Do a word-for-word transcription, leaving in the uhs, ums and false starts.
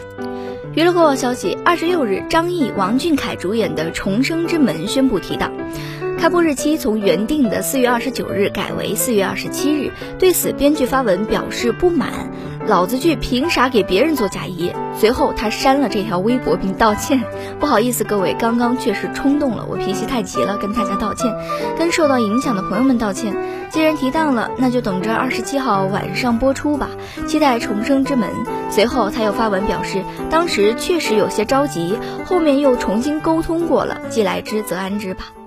娱乐快报消息，二十六日，张译、王俊凯主演的《重生之门》宣布提档，开播日期从原定的四月二十九日改为四月二十七日。对此，编剧发文表示不满，老子剧凭啥给别人做嫁衣？随后他删了这条微博并道歉，不好意思各位，刚刚确实冲动了，我脾气太急了，跟大家道歉，跟受到影响的朋友们道歉。既然提档了，那就等着二十七号晚上播出吧，期待《重生之门》。随后他又发文表示，当时确实有些着急，后面又重新沟通过了，既来之则安之吧。